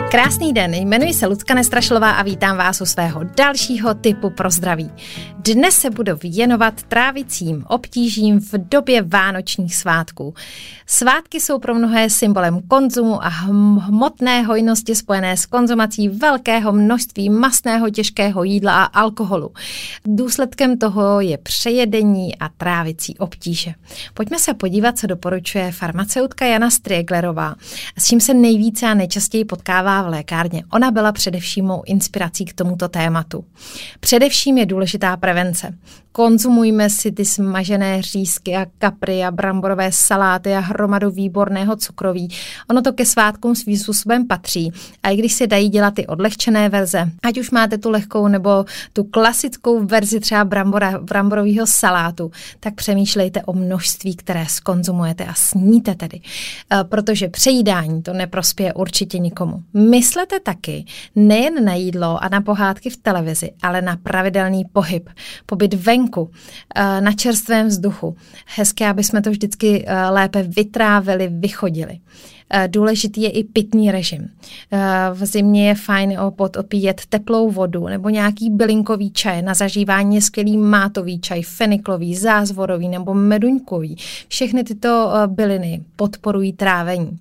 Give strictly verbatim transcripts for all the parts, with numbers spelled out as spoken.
Krásný den, jmenuji se Lucka Nestrašilová a vítám vás u svého dalšího tipu pro zdraví. Dnes se budu věnovat trávicím obtížím v době vánočních svátků. Svátky jsou pro mnohé symbolem konzumu a hmotné hojnosti spojené s konzumací velkého množství mastného těžkého jídla a alkoholu. Důsledkem toho je přejedení a trávicí obtíže. Pojďme se podívat, co doporučuje farmaceutka Jana Strieglerová, s čím se nejvíce a nejčastěji potkává v lékárně. Ona byla především mou inspirací k tomuto tématu. Především je důležitá prevence. Konzumujme si ty smažené řízky a kapry a bramborové saláty a hromadu výborného cukroví. Ono to ke svátkům svým způsobem patří. A i když se dají dělat ty odlehčené verze, ať už máte tu lehkou nebo tu klasickou verzi třeba brambora, bramborového salátu, tak přemýšlejte o množství, které skonzumujete a sníte tedy. E, protože přejídání to neprospěje určitě nikomu. Myslete taky nejen na jídlo a na pohádky v televizi, ale na pravidelný pohyb. Pobyt venku, na čerstvém vzduchu. Hezké, aby jsme to vždycky lépe vytrávili, vychodili. Důležitý je i pitný režim. V zimě je fajn opíjet teplou vodu nebo nějaký bylinkový čaj. Na zažívání je skvělý mátový čaj, feniklový, zázvorový nebo meduňkový. Všechny tyto byliny podporují trávení.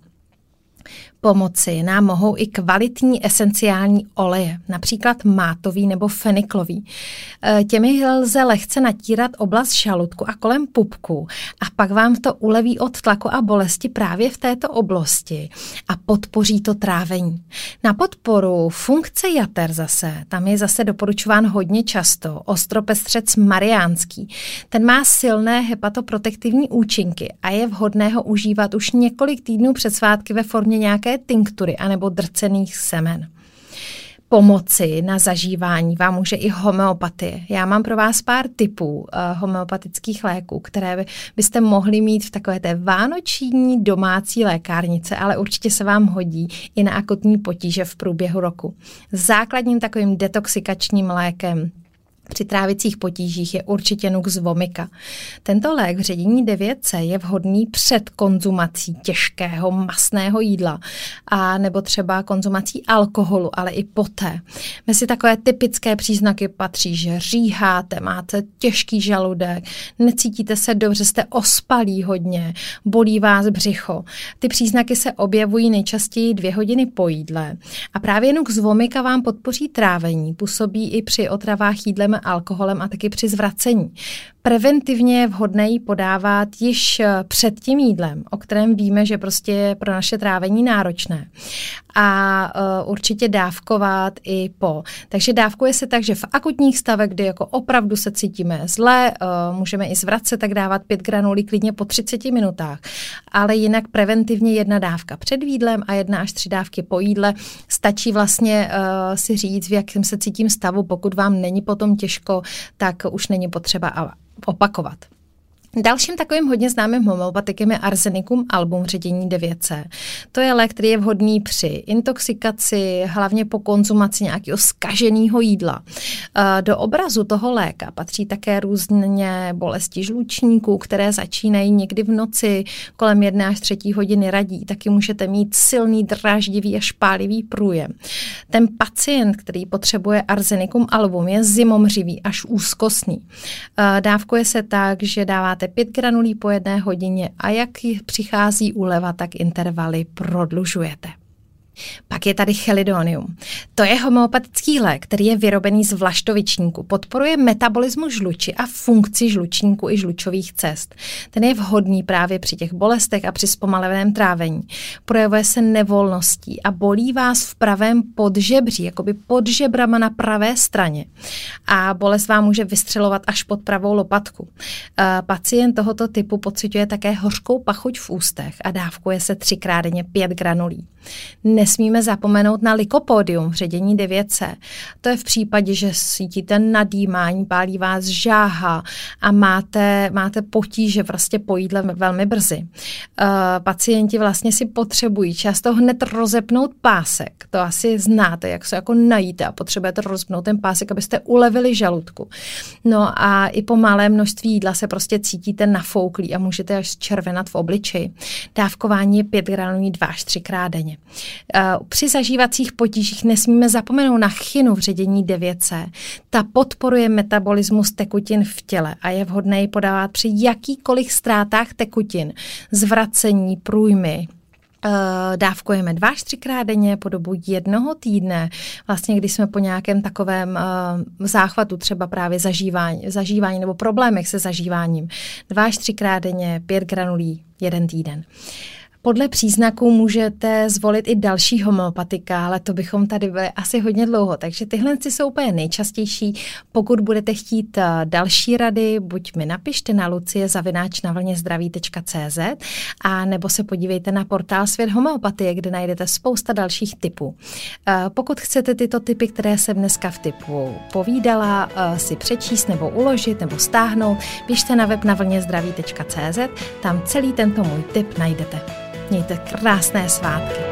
Pomoci nám mohou i kvalitní esenciální oleje, například mátový nebo feniklový. Těmi lze lehce natírat oblast žaludku a kolem pupku a pak vám to uleví od tlaku a bolesti právě v této oblasti a podpoří to trávení. Na podporu funkce jater zase, tam je zase doporučován hodně často ostropestřec mariánský. Ten má silné hepatoprotektivní účinky a je vhodné ho užívat už několik týdnů před svátky ve formě nějaké tinktury anebo drcených semen. Pomoci na zažívání vám může i homeopatie. Já mám pro vás pár typů uh, homeopatických léků, které by, byste mohli mít v takové té vánoční domácí lékárnice, ale určitě se vám hodí i na akutní potíže v průběhu roku. Základním takovým detoxikačním lékem při trávicích potížích je určitě Nux vomica. Tento lék v ředění devět C je vhodný před konzumací těžkého mastného jídla a nebo třeba konzumací alkoholu, ale i poté. Mezi takové typické příznaky patří, že říháte, máte těžký žaludek, necítíte se dobře, jste ospalí hodně, bolí vás břicho. Ty příznaky se objevují nejčastěji dvě hodiny po jídle a právě Nux vomica vám podpoří trávení, působí i při otravách jídlem alkoholem a taky při zvracení. Preventivně je vhodné ji podávat již před tím jídlem, o kterém víme, že prostě je pro naše trávení náročné. A uh, určitě dávkovat i po. Takže dávkuje se tak, že v akutních stavech, kdy jako opravdu se cítíme zle, uh, můžeme i zvracet, tak dávat pět granulí klidně po třiceti minutách. Ale jinak preventivně jedna dávka před jídlem a jedna až tři dávky po jídle. Stačí vlastně uh, si říct, v jakém se cítím stavu. Pokud vám není potom těžko, tak už není potřeba opakovat. Dalším takovým hodně známým homeopatikem je Arsenicum album v ředění devět C. To je lék, který je vhodný při intoxikaci, hlavně po konzumaci nějakého zkaženého jídla. Do obrazu toho léka patří také různě bolesti žlučníků, které začínají někdy v noci kolem jedné až třetí hodiny radí. Taky můžete mít silný, dráždivý a špálivý průjem. Ten pacient, který potřebuje Arsenicum album, je zimomřivý až úzkostný. Dávkuje se tak, že dáváte pět granulí po jedné hodině a jak přichází úleva, tak intervaly prodlužujete. Pak je tady chelidonium. To je homeopatický lék, který je vyrobený z vlaštovičníku. Podporuje metabolismus žluči a funkci žlučníku i žlučových cest. Ten je vhodný právě při těch bolestech a při zpomaleném trávení. Projevuje se nevolností a bolí vás v pravém podžebří, jakoby pod žebrama na pravé straně. A bolest vám může vystřelovat až pod pravou lopatku. Pacient tohoto typu pociťuje také hořkou pachuť v ústech a dávkuje se třikrát denně pět granulí. Nesmíme zapomenout na Lycopodium v ředění devět C. To je v případě, že cítíte nadýmání, pálí vás žáha a máte, máte potíže vlastně po jídle velmi brzy. Uh, pacienti vlastně si potřebují často hned rozepnout pásek. To asi znáte, jak se jako najíte a potřebujete rozepnout ten pásek, abyste ulevili žaludku. No a i po malé množství jídla se prostě cítíte nafouklí a můžete až červenat v obličeji. Dávkování je pět granulí dva až třikrát denně. denně. Při zažívacích potížích nesmíme zapomenout na chynu v ředění devět C. Ta podporuje metabolismus tekutin v těle a je vhodné ji podávat při jakýkoliv ztrátách tekutin, zvracení, průjmy. Dávkujeme dva až třikrát denně po dobu jednoho týdne, vlastně když jsme po nějakém takovém uh, záchvatu, třeba právě zažívání, zažívání nebo problémech se zažíváním. Dva až třikrát denně, pět granulí, jeden týden. Podle příznaků můžete zvolit i další homeopatika, ale to bychom tady byli asi hodně dlouho, takže tyhle jsou úplně nejčastější. Pokud budete chtít další rady, buď mi napište na lucie zavináč na vlně zdraví tečka cé zet a nebo se podívejte na portál Svět homeopatie, kde najdete spousta dalších tipů. Pokud chcete tyto tipy, které jsem dneska v tipu povídala, si přečíst nebo uložit nebo stáhnout, běžte na web na vlně zdraví tečka cé zet, tam celý tento můj tip najdete. Mějte krásné svátky.